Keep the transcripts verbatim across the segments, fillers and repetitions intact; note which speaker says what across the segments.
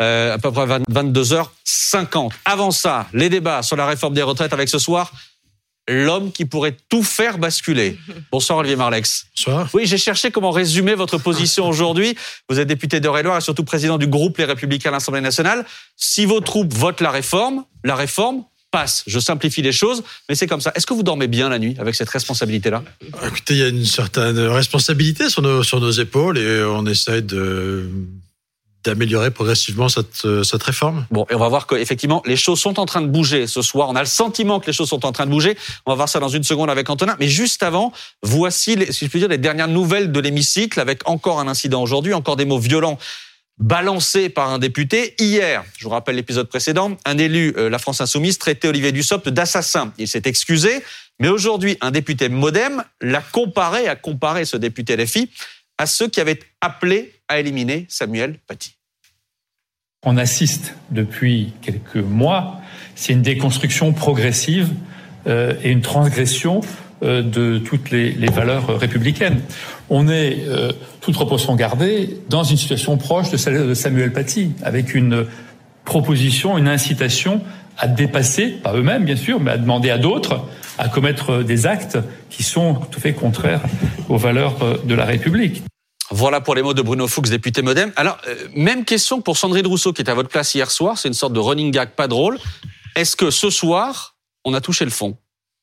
Speaker 1: euh, à peu près vingt-deux heures cinquante. Avant ça, les débats sur la réforme des retraites avec ce soir l'homme qui pourrait tout faire basculer. Bonsoir Olivier Marleix.
Speaker 2: Bonsoir.
Speaker 1: Oui, j'ai cherché comment résumer votre position aujourd'hui. Vous êtes député d'Eure-et-Loir et surtout président du groupe Les Républicains à l'Assemblée nationale. Si vos troupes votent la réforme, la réforme passe. Je simplifie les choses, mais c'est comme ça. Est-ce que vous dormez bien la nuit avec cette responsabilité-là ?
Speaker 2: Écoutez, il y a une certaine responsabilité sur nos, sur nos épaules et on essaie de... d'améliorer progressivement cette, cette réforme.
Speaker 1: Bon, et on va voir qu'effectivement, les choses sont en train de bouger ce soir. On a le sentiment que les choses sont en train de bouger. On va voir ça dans une seconde avec Antonin. Mais juste avant, voici, les, si je puis dire, les dernières nouvelles de l'hémicycle avec encore un incident aujourd'hui, encore des mots violents balancés par un député. Hier, je vous rappelle l'épisode précédent, un élu, euh, la France Insoumise, traitait Olivier Dussopt d'assassin. Il s'est excusé. Mais aujourd'hui, un député MoDem l'a comparé, a comparé ce député L F I à ceux qui avaient appelé à éliminer Samuel Paty.
Speaker 3: On assiste depuis quelques mois, c'est une déconstruction progressive euh, et une transgression euh, de toutes les, les valeurs républicaines. On est, euh, toute proportion gardée, dans une situation proche de celle de Samuel Paty, avec une proposition, une incitation à dépasser, pas eux-mêmes bien sûr, mais à demander à d'autres à commettre des actes qui sont tout à fait contraires aux valeurs de la République.
Speaker 1: Voilà pour les mots de Bruno Fuchs, député MoDem. Alors, euh, même question pour Sandrine Rousseau, qui était à votre place hier soir. C'est une sorte de running gag pas drôle. Est-ce que ce soir, on a touché le fond ?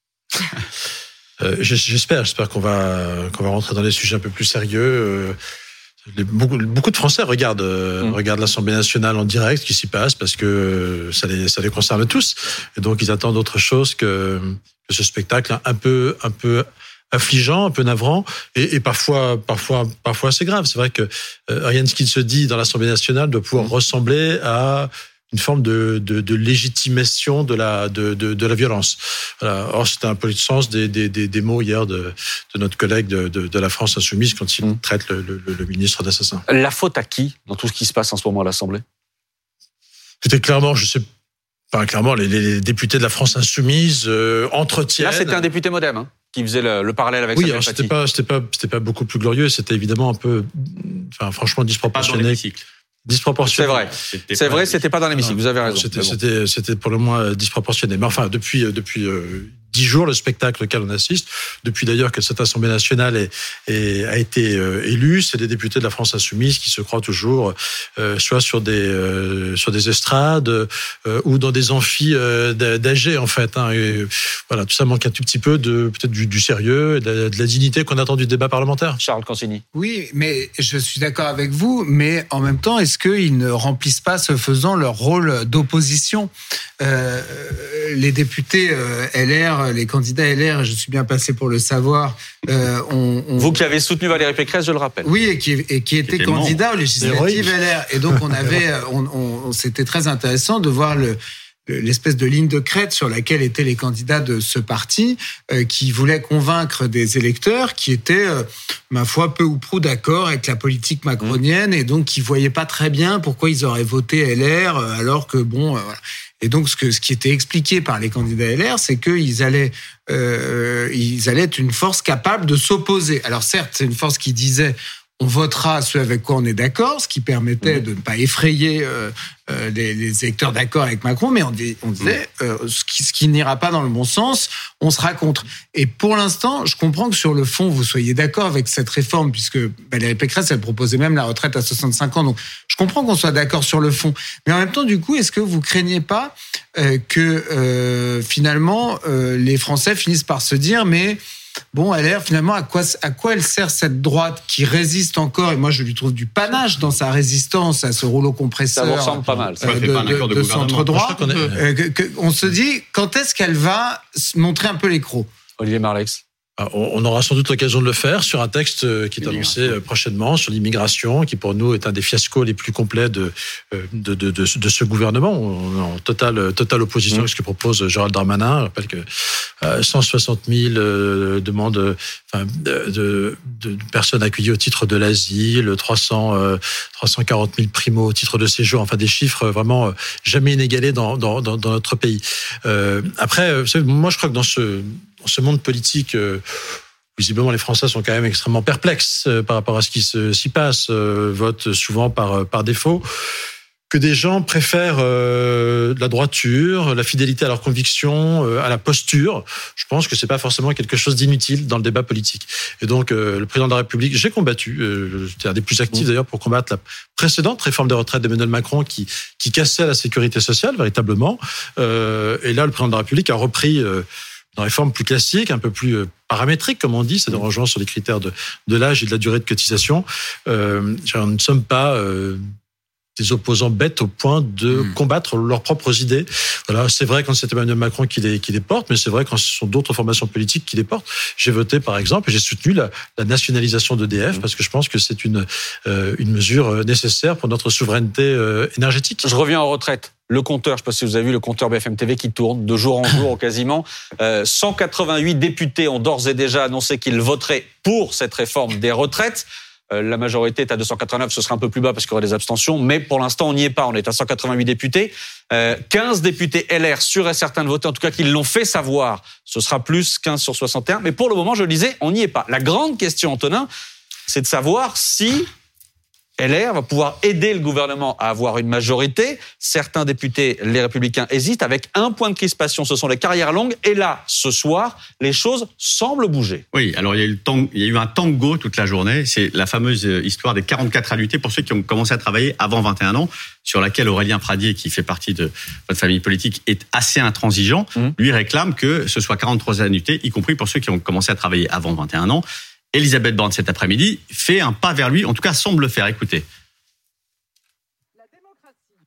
Speaker 2: euh, J'espère, j'espère qu'on va qu'on va rentrer dans des sujets un peu plus sérieux. Euh, les, beaucoup, beaucoup de Français regardent euh, mmh. regardent l'Assemblée nationale en direct, ce qui s'y passe, parce que ça les ça les concerne tous. Et donc, ils attendent autre chose que, que ce spectacle un peu un peu affligeant, un peu navrant, et, et parfois, parfois, parfois assez grave. C'est vrai que euh, rien de ce qu'il se dit dans l'Assemblée nationale doit pouvoir mmh. ressembler à une forme de, de, de légitimation de la, de, de, de la violence. Voilà. Or, c'était un peu le sens des, des, des, des mots hier de, de notre collègue de, de, de la France Insoumise quand il mmh. traite le, le, le ministre d'assassin.
Speaker 1: La faute à qui dans tout ce qui se passe en ce moment à l'Assemblée ?
Speaker 2: C'était clairement, je sais pas, clairement, les, les députés de la France Insoumise euh, entretiennent.
Speaker 1: Là, c'était un député MoDem, hein, qui faisait le, le parallèle avec
Speaker 2: oui,
Speaker 1: Samuel
Speaker 2: Paty. Oui,
Speaker 1: c'était
Speaker 2: pas, c'était pas, c'était pas beaucoup plus glorieux. C'était évidemment un peu, enfin, franchement disproportionné. Disproportionné.
Speaker 1: C'est vrai. C'était c'est vrai, c'était pas dans l'hémicycle. Vous avez raison.
Speaker 2: C'était, bon. c'était, c'était pour le moins disproportionné. Mais enfin, depuis, depuis euh, dix jours, le spectacle auquel on assiste, depuis d'ailleurs que cette Assemblée nationale est, est, a été euh, élue, c'est des députés de la France Insoumise qui se croient toujours euh, soit sur des, euh, sur des estrades euh, ou dans des amphis euh, d'A G, en fait. Hein, et, voilà, tout ça manque un tout petit peu de peut-être du, du sérieux et de la, de la dignité qu'on attend du débat parlementaire.
Speaker 1: Charles Consigny.
Speaker 4: Oui, mais je suis d'accord avec vous, mais en même temps, est-ce qu'ils ne remplissent pas, ce faisant, leur rôle d'opposition ? euh, Les députés euh, L R, les candidats L R, je suis bien passé pour le savoir. Euh, on, on...
Speaker 1: Vous qui avez soutenu Valérie Pécresse, je le rappelle.
Speaker 4: Oui, et qui, et qui était candidat aux législatives L R. Et donc, on avait, on, on, c'était très intéressant de voir le, l'espèce de ligne de crête sur laquelle étaient les candidats de ce parti, euh, qui voulaient convaincre des électeurs qui étaient, euh, ma foi, peu ou prou d'accord avec la politique macronienne, et donc qui voyaient pas très bien pourquoi ils auraient voté L R, alors que bon, euh, voilà. Et donc, ce, que, ce qui était expliqué par les candidats L R, c'est qu'ils allaient, euh, ils allaient être une force capable de s'opposer. Alors certes, c'est une force qui disait on votera ce avec quoi on est d'accord, ce qui permettait de ne pas effrayer euh, euh, les, les électeurs d'accord avec Macron, mais on, dit, on disait euh, ce qui, ce qui n'ira pas dans le bon sens, on sera contre. Et pour l'instant, je comprends que sur le fond, vous soyez d'accord avec cette réforme, puisque Valérie Pécresse, elle proposait même la retraite à soixante-cinq ans, donc je comprends qu'on soit d'accord sur le fond. Mais en même temps, du coup, est-ce que vous craignez pas euh, que euh, finalement, euh, les Français finissent par se dire, mais bon, L R, finalement, à quoi, à quoi elle sert cette droite qui résiste encore ? Et moi, je lui trouve du panache dans sa résistance à ce rouleau compresseur.
Speaker 1: Ça vous ressemble pas mal. Ça
Speaker 4: euh, de, pas un accord de, de, de centre droit.
Speaker 2: On,
Speaker 4: euh, que, que, on se dit, quand est-ce qu'elle va montrer un peu les crocs ?
Speaker 1: Olivier Marleix.
Speaker 2: On aura sans doute l'occasion de le faire sur un texte qui est annoncé prochainement sur l'immigration, qui pour nous est un des fiascos les plus complets de de de, de, de ce gouvernement. On est en totale totale opposition mmh. avec ce que propose Gérald Darmanin. Je rappelle que cent soixante mille demandes, enfin, de, de, de personnes accueillies au titre de l'asile, trois cents, trois cent quarante mille primo au titre de séjour. Enfin, des chiffres vraiment jamais inégalés dans dans dans, dans notre pays. Euh, après, vous savez, moi, je crois que dans ce Dans ce monde politique, euh, visiblement, les Français sont quand même extrêmement perplexes euh, par rapport à ce qui se, s'y passe, euh, votent souvent par, par défaut. que des gens préfèrent euh, la droiture, la fidélité à leurs convictions, euh, à la posture. Je pense que c'est pas forcément quelque chose d'inutile dans le débat politique. Et donc, euh, le président de la République, j'ai combattu, euh, j'étais un des plus actifs d'ailleurs pour combattre la précédente réforme des retraites d'Emmanuel Macron qui qui cassait la sécurité sociale véritablement. Euh, et là, le président de la République a repris euh, une réforme plus classique, un peu plus euh, paramétrique, comme on dit, c'est de rejoindre sur les critères de de l'âge et de la durée de cotisation. Euh, nous ne sommes pas euh, des opposants bêtes au point de mmh. combattre leurs propres idées. Voilà, c'est vrai quand c'est Emmanuel Macron qui les, qui les porte, mais c'est vrai quand ce sont d'autres formations politiques qui les portent. J'ai voté, par exemple, et j'ai soutenu la, la nationalisation d'E D F mmh. parce que je pense que c'est une, euh, une mesure nécessaire pour notre souveraineté euh, énergétique.
Speaker 1: Je reviens en retraite. Le compteur, je ne sais pas si vous avez vu le compteur B F M T V qui tourne de jour en jour quasiment. Euh, cent quatre-vingt-huit députés ont d'ores et déjà annoncé qu'ils voteraient pour cette réforme des retraites. La majorité est à deux cent quatre-vingt-neuf, ce sera un peu plus bas parce qu'il y aura des abstentions, mais pour l'instant, on n'y est pas. On est à cent quatre-vingt-huit députés. Euh, quinze députés L R, sûrs et certains de voter, en tout cas qu'ils l'ont fait savoir. Ce sera plus quinze sur soixante et un. Mais pour le moment, je le disais, on n'y est pas. La grande question, Antonin, c'est de savoir si L R va pouvoir aider le gouvernement à avoir une majorité. Certains députés, les Républicains, hésitent avec un point de crispation, ce sont les carrières longues. Et là, ce soir, les choses semblent bouger.
Speaker 5: Oui, alors il y a eu, le tango, il y a eu un tango toute la journée. C'est la fameuse histoire des quarante-quatre annuités pour ceux qui ont commencé à travailler avant vingt et un ans, sur laquelle Aurélien Pradier, qui fait partie de votre famille politique, est assez intransigeant. Mmh. Lui réclame que ce soit quarante-trois annuités, y compris pour ceux qui ont commencé à travailler avant vingt et un ans. Elisabeth Borne, cet après-midi, fait un pas vers lui, en tout cas semble le faire. Écoutez.
Speaker 6: La démocratie.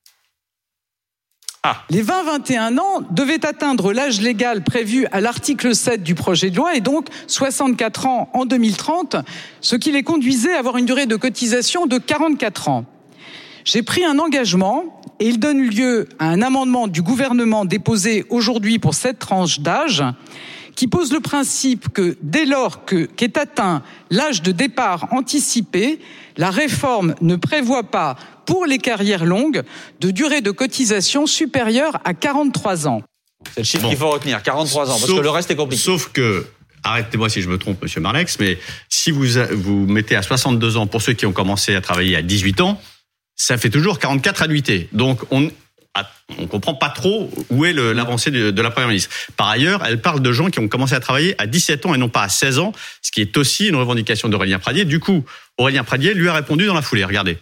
Speaker 6: Ah. Les vingt à vingt et un ans devaient atteindre l'âge légal prévu à l'article sept du projet de loi et donc soixante-quatre ans en deux mille trente, ce qui les conduisait à avoir une durée de cotisation de quarante-quatre ans. J'ai pris un engagement et il donne lieu à un amendement du gouvernement déposé aujourd'hui pour cette tranche d'âge qui pose le principe que dès lors que, qu'est atteint l'âge de départ anticipé, la réforme ne prévoit pas, pour les carrières longues, de durée de cotisation supérieure à quarante-trois ans.
Speaker 1: C'est le chiffre bon. qu'il faut retenir, quarante-trois ans, parce sauf, que le reste est compliqué.
Speaker 5: Sauf que, arrêtez-moi si je me trompe, monsieur Marlex, mais si vous, vous mettez à soixante-deux ans pour ceux qui ont commencé à travailler à dix-huit ans, ça fait toujours quarante-quatre annuités. Donc, on... on comprend pas trop où est le, l'avancée de, de la Première ministre. Par ailleurs, elle parle de gens qui ont commencé à travailler à dix-sept ans et non pas à seize ans, ce qui est aussi une revendication d'Aurélien Pradier. Du coup, Aurélien Pradier lui a répondu dans la foulée. Regardez.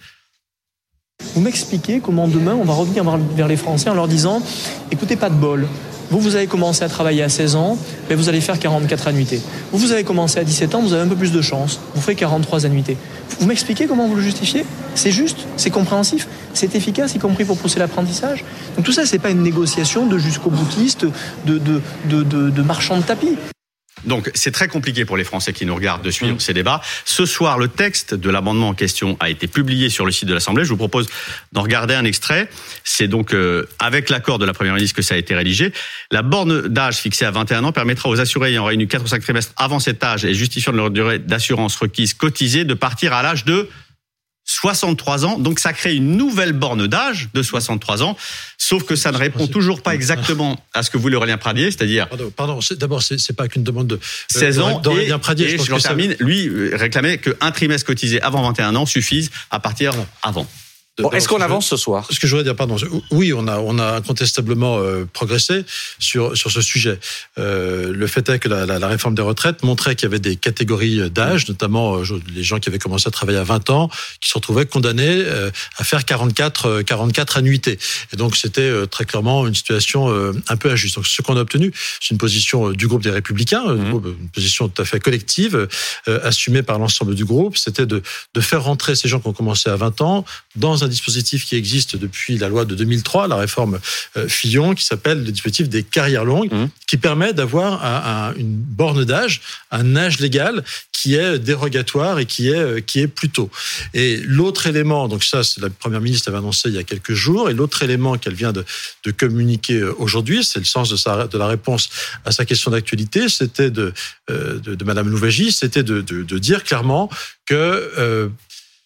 Speaker 7: Vous m'expliquez comment demain on va revenir vers les Français en leur disant « Écoutez, pas de bol. Vous, vous avez commencé à travailler à seize ans, mais vous allez faire quarante-quatre annuités. Vous, vous avez commencé à dix-sept ans, vous avez un peu plus de chance. Vous ferez quarante-trois annuités. » Vous m'expliquez comment vous le justifiez ? C'est juste, c'est compréhensif, c'est efficace, y compris pour pousser l'apprentissage. Donc tout ça, c'est pas une négociation de jusqu'au boutiste, de, de, de, de, de marchand de tapis.
Speaker 5: Donc, c'est très compliqué pour les Français qui nous regardent de suivre mmh. ces débats. Ce soir, le texte de l'amendement en question a été publié sur le site de l'Assemblée. Je vous propose d'en regarder un extrait. C'est donc euh, avec l'accord de la Première ministre que ça a été rédigé. La borne d'âge fixée à vingt et un ans permettra aux assurés ayant réuni quatre ou cinq trimestres avant cet âge et justifiant de leur durée d'assurance requise cotisée de partir à l'âge de soixante-trois ans. Donc, ça crée une nouvelle borne d'âge de soixante-trois ans. Sauf que ça ne répond toujours pas exactement à ce que voulait Aurélien Pradier, c'est-à-dire...
Speaker 2: Pardon, pardon c'est, d'abord, c'est, c'est pas qu'une demande de...
Speaker 5: seize ans,
Speaker 2: d'Aurélien Pradier.
Speaker 5: Et,
Speaker 2: je,
Speaker 5: et
Speaker 2: pense
Speaker 5: je l'en
Speaker 2: que
Speaker 5: termine,
Speaker 2: ça...
Speaker 5: lui réclamait qu'un trimestre cotisé avant vingt et un ans suffise à partir avant.
Speaker 1: Bon, est-ce qu'on avance ce soir ?
Speaker 2: Ce que je voudrais dire, pardon, oui, on a, on a incontestablement euh, progressé sur sur ce sujet. Euh, le fait est que la, la, la réforme des retraites montrait qu'il y avait des catégories d'âge, notamment euh, les gens qui avaient commencé à travailler à vingt ans, qui se retrouvaient condamnés euh, à faire quarante-quatre, quarante-quatre annuités. Et donc, c'était euh, très clairement une situation euh, un peu injuste. Donc, ce qu'on a obtenu, c'est une position euh, du groupe des Républicains, mmh. une position tout à fait collective, euh, assumée par l'ensemble du groupe. C'était de, de faire rentrer ces gens qui ont commencé à vingt ans dans un dispositif qui existe depuis la loi de deux mille trois, la réforme euh, Fillon, qui s'appelle le dispositif des carrières longues, mmh. qui permet d'avoir un, un, une borne d'âge, un âge légal qui est dérogatoire et qui est qui est plus tôt. Et l'autre élément, donc ça, c'est la Première ministre l'avait annoncé il y a quelques jours, et l'autre élément qu'elle vient de, de communiquer aujourd'hui, c'est le sens de, sa, de la réponse à sa question d'actualité, c'était de, euh, de, de Madame Louwagie, c'était de, de, de dire clairement que euh,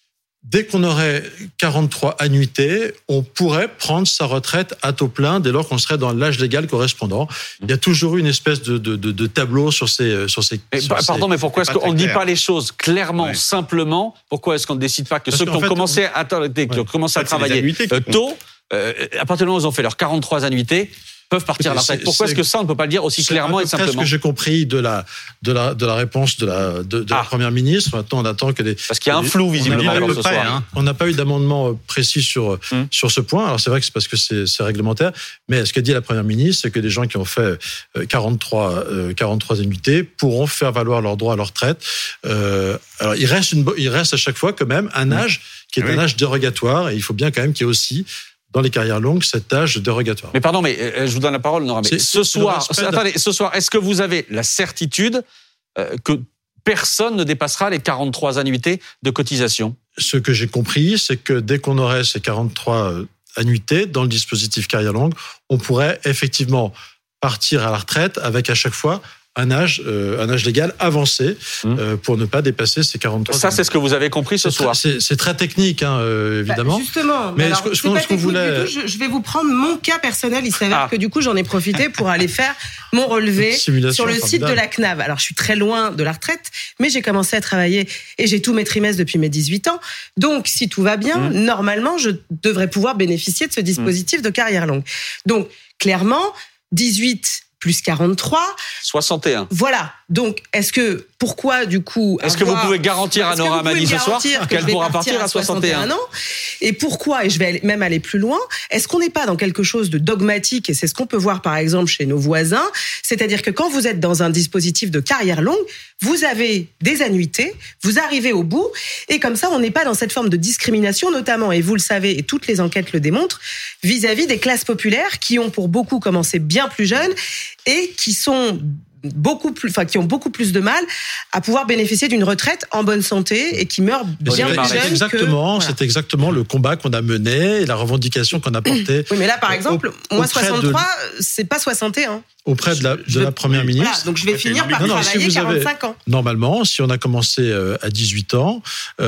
Speaker 2: dès qu'on aurait quarante-trois annuités, on pourrait prendre sa retraite à taux plein dès lors qu'on serait dans l'âge légal correspondant. Il y a toujours eu une espèce de, de, de, de tableau sur ces... Sur ces,
Speaker 1: mais,
Speaker 2: sur
Speaker 1: pardon,
Speaker 2: ces...
Speaker 1: mais pourquoi est-ce qu'on ne dit pas les choses clairement, ouais. simplement? Pourquoi est-ce qu'on ne décide pas que Parce ceux qui ont, fait, commencé à, attendez, qui ont commencé à travailler euh, tôt, euh, à partir du moment où ils ont fait leurs quarante-trois annuités, peuvent partir à la retraite. Pourquoi est-ce que ça, on ne peut pas le dire aussi clairement et simplement?
Speaker 2: C'est ce que j'ai compris de la, de la, de la réponse de la, de, de ah. la Première ministre. Maintenant, on attend que les...
Speaker 1: Parce qu'il y a un flou, visiblement,
Speaker 2: on
Speaker 1: ce soir.
Speaker 2: Hein. On n'a pas eu d'amendement précis sur, hum. sur ce point. Alors, c'est vrai que c'est parce que c'est, c'est réglementaire. Mais ce qu'a dit la Première ministre, c'est que des gens qui ont fait quarante-trois, quarante-trois annuités pourront faire valoir leur droit à leur retraite. Euh, alors, il reste, une, il reste à chaque fois, quand même, un âge qui est oui. un âge dérogatoire. Et il faut bien quand même qu'il y ait aussi... dans les carrières longues, cet âge dérogatoire.
Speaker 1: Mais pardon, mais euh, je vous donne la parole, Nora. Mais c'est, ce c'est soir, attendez, ce soir, est-ce que vous avez la certitude euh, que personne ne dépassera les quarante-trois annuités de cotisation?
Speaker 2: Ce que j'ai compris, c'est que dès qu'on aurait ces quarante-trois annuités dans le dispositif carrière longue, on pourrait effectivement partir à la retraite avec à chaque fois un âge, euh, un âge légal avancé mmh. euh, pour ne pas dépasser ces quarante-trois.
Speaker 1: Ça, c'est ce que vous avez compris ce
Speaker 2: c'est
Speaker 1: soir.
Speaker 2: Très, c'est, c'est très technique, hein, euh, évidemment.
Speaker 8: Bah, justement, mais, mais alors, ce, ce, qu'on, ce qu'on voulait... du tout, je, je vais vous prendre mon cas personnel. Il s'avère ah. que du coup, j'en ai profité pour aller faire mon relevé sur le formidable. site de la C N A V. Alors, je suis très loin de la retraite, mais j'ai commencé à travailler et j'ai tous mes trimestres depuis mes dix-huit ans. Donc, si tout va bien, mmh. normalement, je devrais pouvoir bénéficier de ce dispositif mmh. de carrière longue. Donc, clairement, dix-huit plus quarante-trois.
Speaker 1: soixante et un.
Speaker 8: Voilà. Donc, est-ce que, pourquoi, du coup...
Speaker 1: Est-ce avoir... que vous pouvez garantir à Nora Amadi ce soir qu'elle pourra partir à soixante et un
Speaker 8: ans? Et pourquoi, et je vais même aller plus loin, est-ce qu'on n'est pas dans quelque chose de dogmatique, et c'est ce qu'on peut voir par exemple chez nos voisins, c'est-à-dire que quand vous êtes dans un dispositif de carrière longue, vous avez des annuités, vous arrivez au bout, et comme ça, on n'est pas dans cette forme de discrimination, notamment, et vous le savez, et toutes les enquêtes le démontrent, vis-à-vis des classes populaires qui ont pour beaucoup commencé bien plus jeunes et qui sont beaucoup plus, enfin, qui ont beaucoup plus de mal à pouvoir bénéficier d'une retraite en bonne santé et qui meurent bien plus jeunes.
Speaker 2: Exactement,
Speaker 8: que,
Speaker 2: c'est voilà. exactement le combat qu'on a mené et la revendication qu'on a portée.
Speaker 8: Oui, mais là, par exemple, au, moi, soixante-trois, de... c'est pas soixante et un.
Speaker 2: Auprès de la, de je, la première je, ministre.
Speaker 8: Voilà, donc je vais finir par non, non, travailler si quarante-cinq avez, ans.
Speaker 2: Normalement, si on a commencé à dix-huit ans,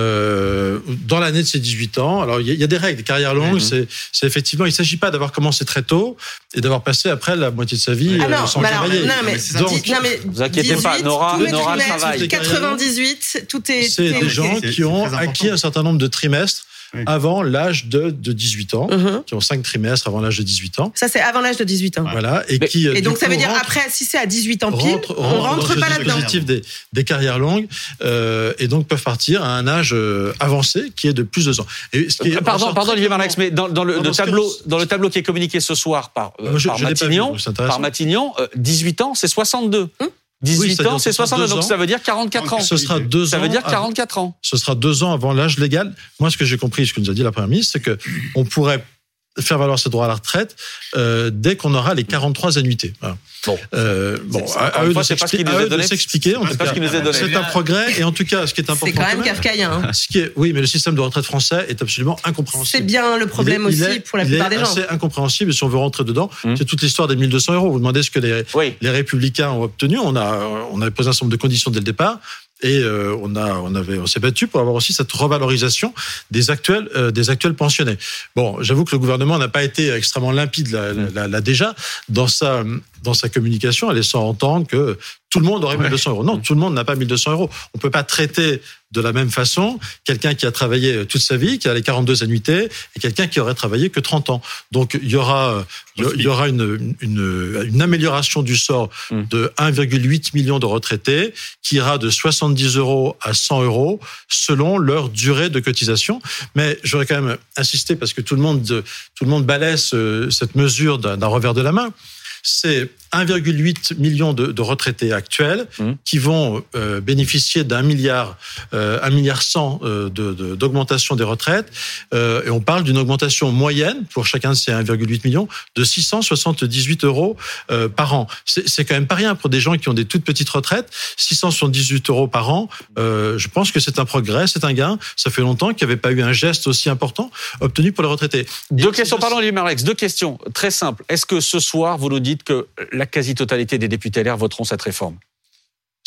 Speaker 2: euh, dans l'année de ces dixhuit ans, alors il y, y a des règles, des carrières longues, mm-hmm. c'est, c'est effectivement, il ne s'agit pas d'avoir commencé très tôt et d'avoir passé après la moitié de sa vie
Speaker 8: ah non,
Speaker 2: euh, sans
Speaker 8: bah
Speaker 2: travailler.
Speaker 8: Alors, non, mais,
Speaker 2: donc,
Speaker 8: dit, non, mais
Speaker 1: vous inquiétez dix-huit, pas, Nora, Nora travaille.
Speaker 8: quatre-vingt-dix-huit, tout est.
Speaker 2: C'est
Speaker 8: tout
Speaker 2: des
Speaker 8: est
Speaker 2: gens
Speaker 8: okay.
Speaker 2: qui ont acquis un certain nombre de trimestres. Oui. Avant l'âge de, de dix-huit ans, uh-huh. qui ont cinq trimestres avant l'âge de dix-huit ans.
Speaker 8: Ça, c'est avant l'âge de dix-huit ans.
Speaker 2: Voilà. Et,
Speaker 8: mais,
Speaker 2: qui,
Speaker 8: et donc,
Speaker 2: coup,
Speaker 8: ça veut dire,
Speaker 2: rentre,
Speaker 8: après, si c'est à dix-huit ans pile, rentre, on rentre, rentre pas là-dedans.
Speaker 2: Positif des, des carrières longues, euh, et donc peuvent partir à un âge euh, avancé qui est de plus de deux ans. Et ce qui est
Speaker 1: pardon, pardon, Olivier Marleix, mais dans, dans, le, le tableau, dans le tableau qui est communiqué ce soir par, euh, je, par, je Matignon, vu, par Matignon, euh, dix-huit ans, c'est soixante-deux. Hum dix-huit oui, ans, c'est soixante-deux, donc ça veut dire quarante-quatre ans.
Speaker 2: Ce sera deux
Speaker 1: ça
Speaker 2: ans.
Speaker 1: veut dire quarante-quatre ans.
Speaker 2: Ce sera deux ans avant l'âge légal. Moi, ce que j'ai compris, ce que nous a dit la Première ministre, c'est que on pourrait faire valoir ses droits à la retraite euh, dès qu'on aura les quarante-trois annuités. Voilà.
Speaker 1: Bon,
Speaker 2: euh, bon, à, à eux de s'expliquer. À eux de s'expliquer. En tout cas, c'est un progrès. Et en tout cas, ce qui est important,
Speaker 8: c'est quand même kafkaïen. Hein.
Speaker 2: Ce qui est, oui, mais le système de retraite français est absolument incompréhensible.
Speaker 8: C'est bien le problème il est, aussi il est, pour la plupart des gens.
Speaker 2: C'est incompréhensible. Et si on veut rentrer dedans, mmh. c'est toute l'histoire des mille deux cents euros. Vous demandez ce que les, oui. les Républicains ont obtenu. On a, on avait posé un certain nombre de conditions dès le départ. Et euh, on a, on avait, on s'est battu pour avoir aussi cette revalorisation des actuels, euh, des actuels pensionnés. Bon, j'avoue que le gouvernement n'a pas été extrêmement limpide là, là, là déjà dans sa, dans sa communication, en laissant entendre que tout le monde aurait mille deux cents euros. Non, tout le monde n'a pas mille deux cents euros. On peut pas traiter de la même façon quelqu'un qui a travaillé toute sa vie, qui a les quarante-deux annuités, et quelqu'un qui aurait travaillé que trente ans. Donc il y aura, il y aura une, une, une amélioration du sort de un virgule huit million de retraités qui ira de soixante-dix euros à cent euros selon leur durée de cotisation. Mais j'aurais quand même insisté parce que tout le monde, tout le monde balaie cette mesure d'un, d'un revers de la main. C'est un virgule huit million de, de retraités actuels mmh. qui vont euh, bénéficier d'un milliard, euh, un milliard cent euh, de, de, d'augmentation des retraites. Euh, et on parle d'une augmentation moyenne pour chacun de ces un virgule huit millions de six cent soixante-dix-huit euros euh, par an. C'est, c'est quand même pas rien pour des gens qui ont des toutes petites retraites. six cent soixante-dix-huit euros par an. Euh, je pense que c'est un progrès, c'est un gain. Ça fait longtemps qu'il n'y avait pas eu un geste aussi important obtenu pour les retraités.
Speaker 1: Deux questions, pardon, Olivier Marleix. Deux questions très simples. Est-ce que ce soir vous nous dites que la quasi-totalité des députés L R voteront cette réforme?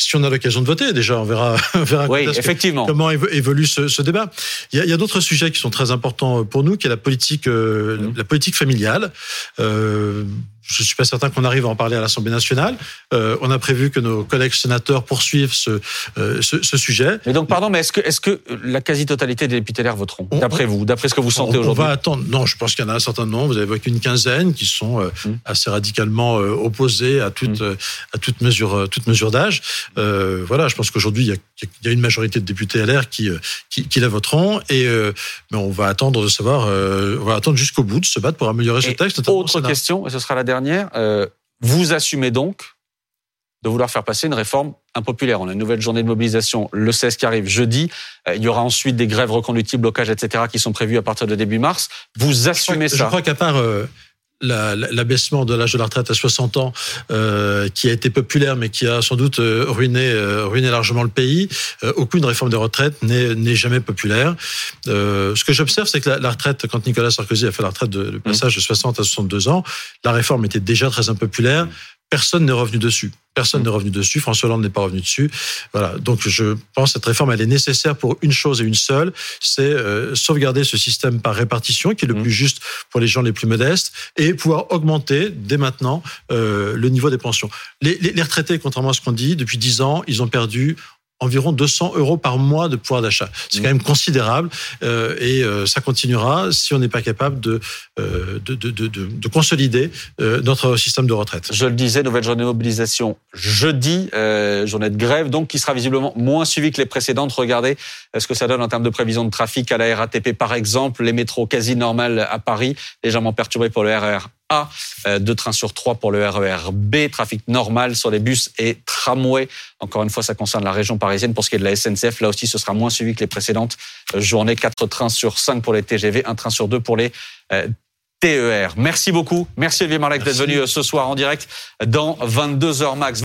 Speaker 2: si on a l'occasion de voter, déjà, on verra, on verra
Speaker 1: oui, effectivement.
Speaker 2: Que, comment évolue ce, ce débat. Il y a, il y a d'autres sujets qui sont très importants pour nous, qui est la politique, euh, mmh. la politique familiale. Euh, Je ne suis pas certain qu'on arrive à en parler à l'Assemblée nationale. Euh, on a prévu que nos collègues sénateurs poursuivent ce, euh, ce, ce sujet.
Speaker 1: Mais donc, pardon, mais est-ce que, est-ce que la quasi-totalité des députés L R voteront, on, d'après vous, d'après ce que vous sentez
Speaker 2: on,
Speaker 1: aujourd'hui?
Speaker 2: On va attendre. Non, je pense qu'il y en a un certain nombre. Vous avez évoqué une quinzaine qui sont euh, mmh. assez radicalement euh, opposés à toute, mmh. euh, à toute mesure, euh, toute mesure d'âge. Euh, voilà, je pense qu'aujourd'hui, il y a, il y a une majorité de députés L R qui, euh, qui, qui la voteront. Et euh, mais on va attendre de savoir. Euh, on va attendre jusqu'au bout de se battre pour améliorer ce
Speaker 1: et
Speaker 2: texte.
Speaker 1: Autre question, et ce sera la dernière. Euh, vous assumez donc de vouloir faire passer une réforme impopulaire. On a une nouvelle journée de mobilisation le seize qui arrive jeudi. Euh, il y aura ensuite des grèves reconductibles, blocages, et cetera qui sont prévues à partir de début mars. Vous assumez
Speaker 2: je crois,
Speaker 1: ça?
Speaker 2: Je crois qu'à part euh, la, l'abaissement de l'âge de la retraite à soixante ans, euh, qui a été populaire mais qui a sans doute euh, ruiné, euh, ruiné largement le pays, euh, aucune réforme des retraites n'est, n'est jamais populaire. Euh, ce que j'observe, c'est que la, la retraite, quand Nicolas Sarkozy a fait la retraite de, le passage de soixante à soixante-deux ans, la réforme était déjà très impopulaire. Personne n'est revenu dessus. Personne n'est revenu dessus. François Hollande n'est pas revenu dessus. Voilà. Donc, je pense que cette réforme, elle est nécessaire pour une chose et une seule, c'est euh, sauvegarder ce système par répartition, qui est le mmh. plus juste pour les gens les plus modestes, et pouvoir augmenter dès maintenant euh, le niveau des pensions. Les, les, les retraités, contrairement à ce qu'on dit, depuis dix ans, ils ont perdu environ deux cents euros par mois de pouvoir d'achat. C'est mmh. quand même considérable euh, et euh, ça continuera si on n'est pas capable de, euh, de, de, de, de consolider euh, notre système de retraite.
Speaker 1: Je le disais, nouvelle journée de mobilisation jeudi, euh, journée de grève, donc qui sera visiblement moins suivie que les précédentes. Regardez ce que ça donne en termes de prévision de trafic à la R A T P par exemple, les métros quasi normales à Paris, légèrement perturbés pour le R E R A, deux trains sur trois pour le R E R B, trafic normal sur les bus et tramways. Encore une fois, ça concerne la région parisienne. Pour ce qui est de la S N C F, là aussi, ce sera moins suivi que les précédentes journées. Quatre trains sur cinq pour les T G V, un train sur deux pour les T E R. Merci beaucoup. Merci Olivier Marleix d'être venu ce soir en direct dans vingt-deux heures max.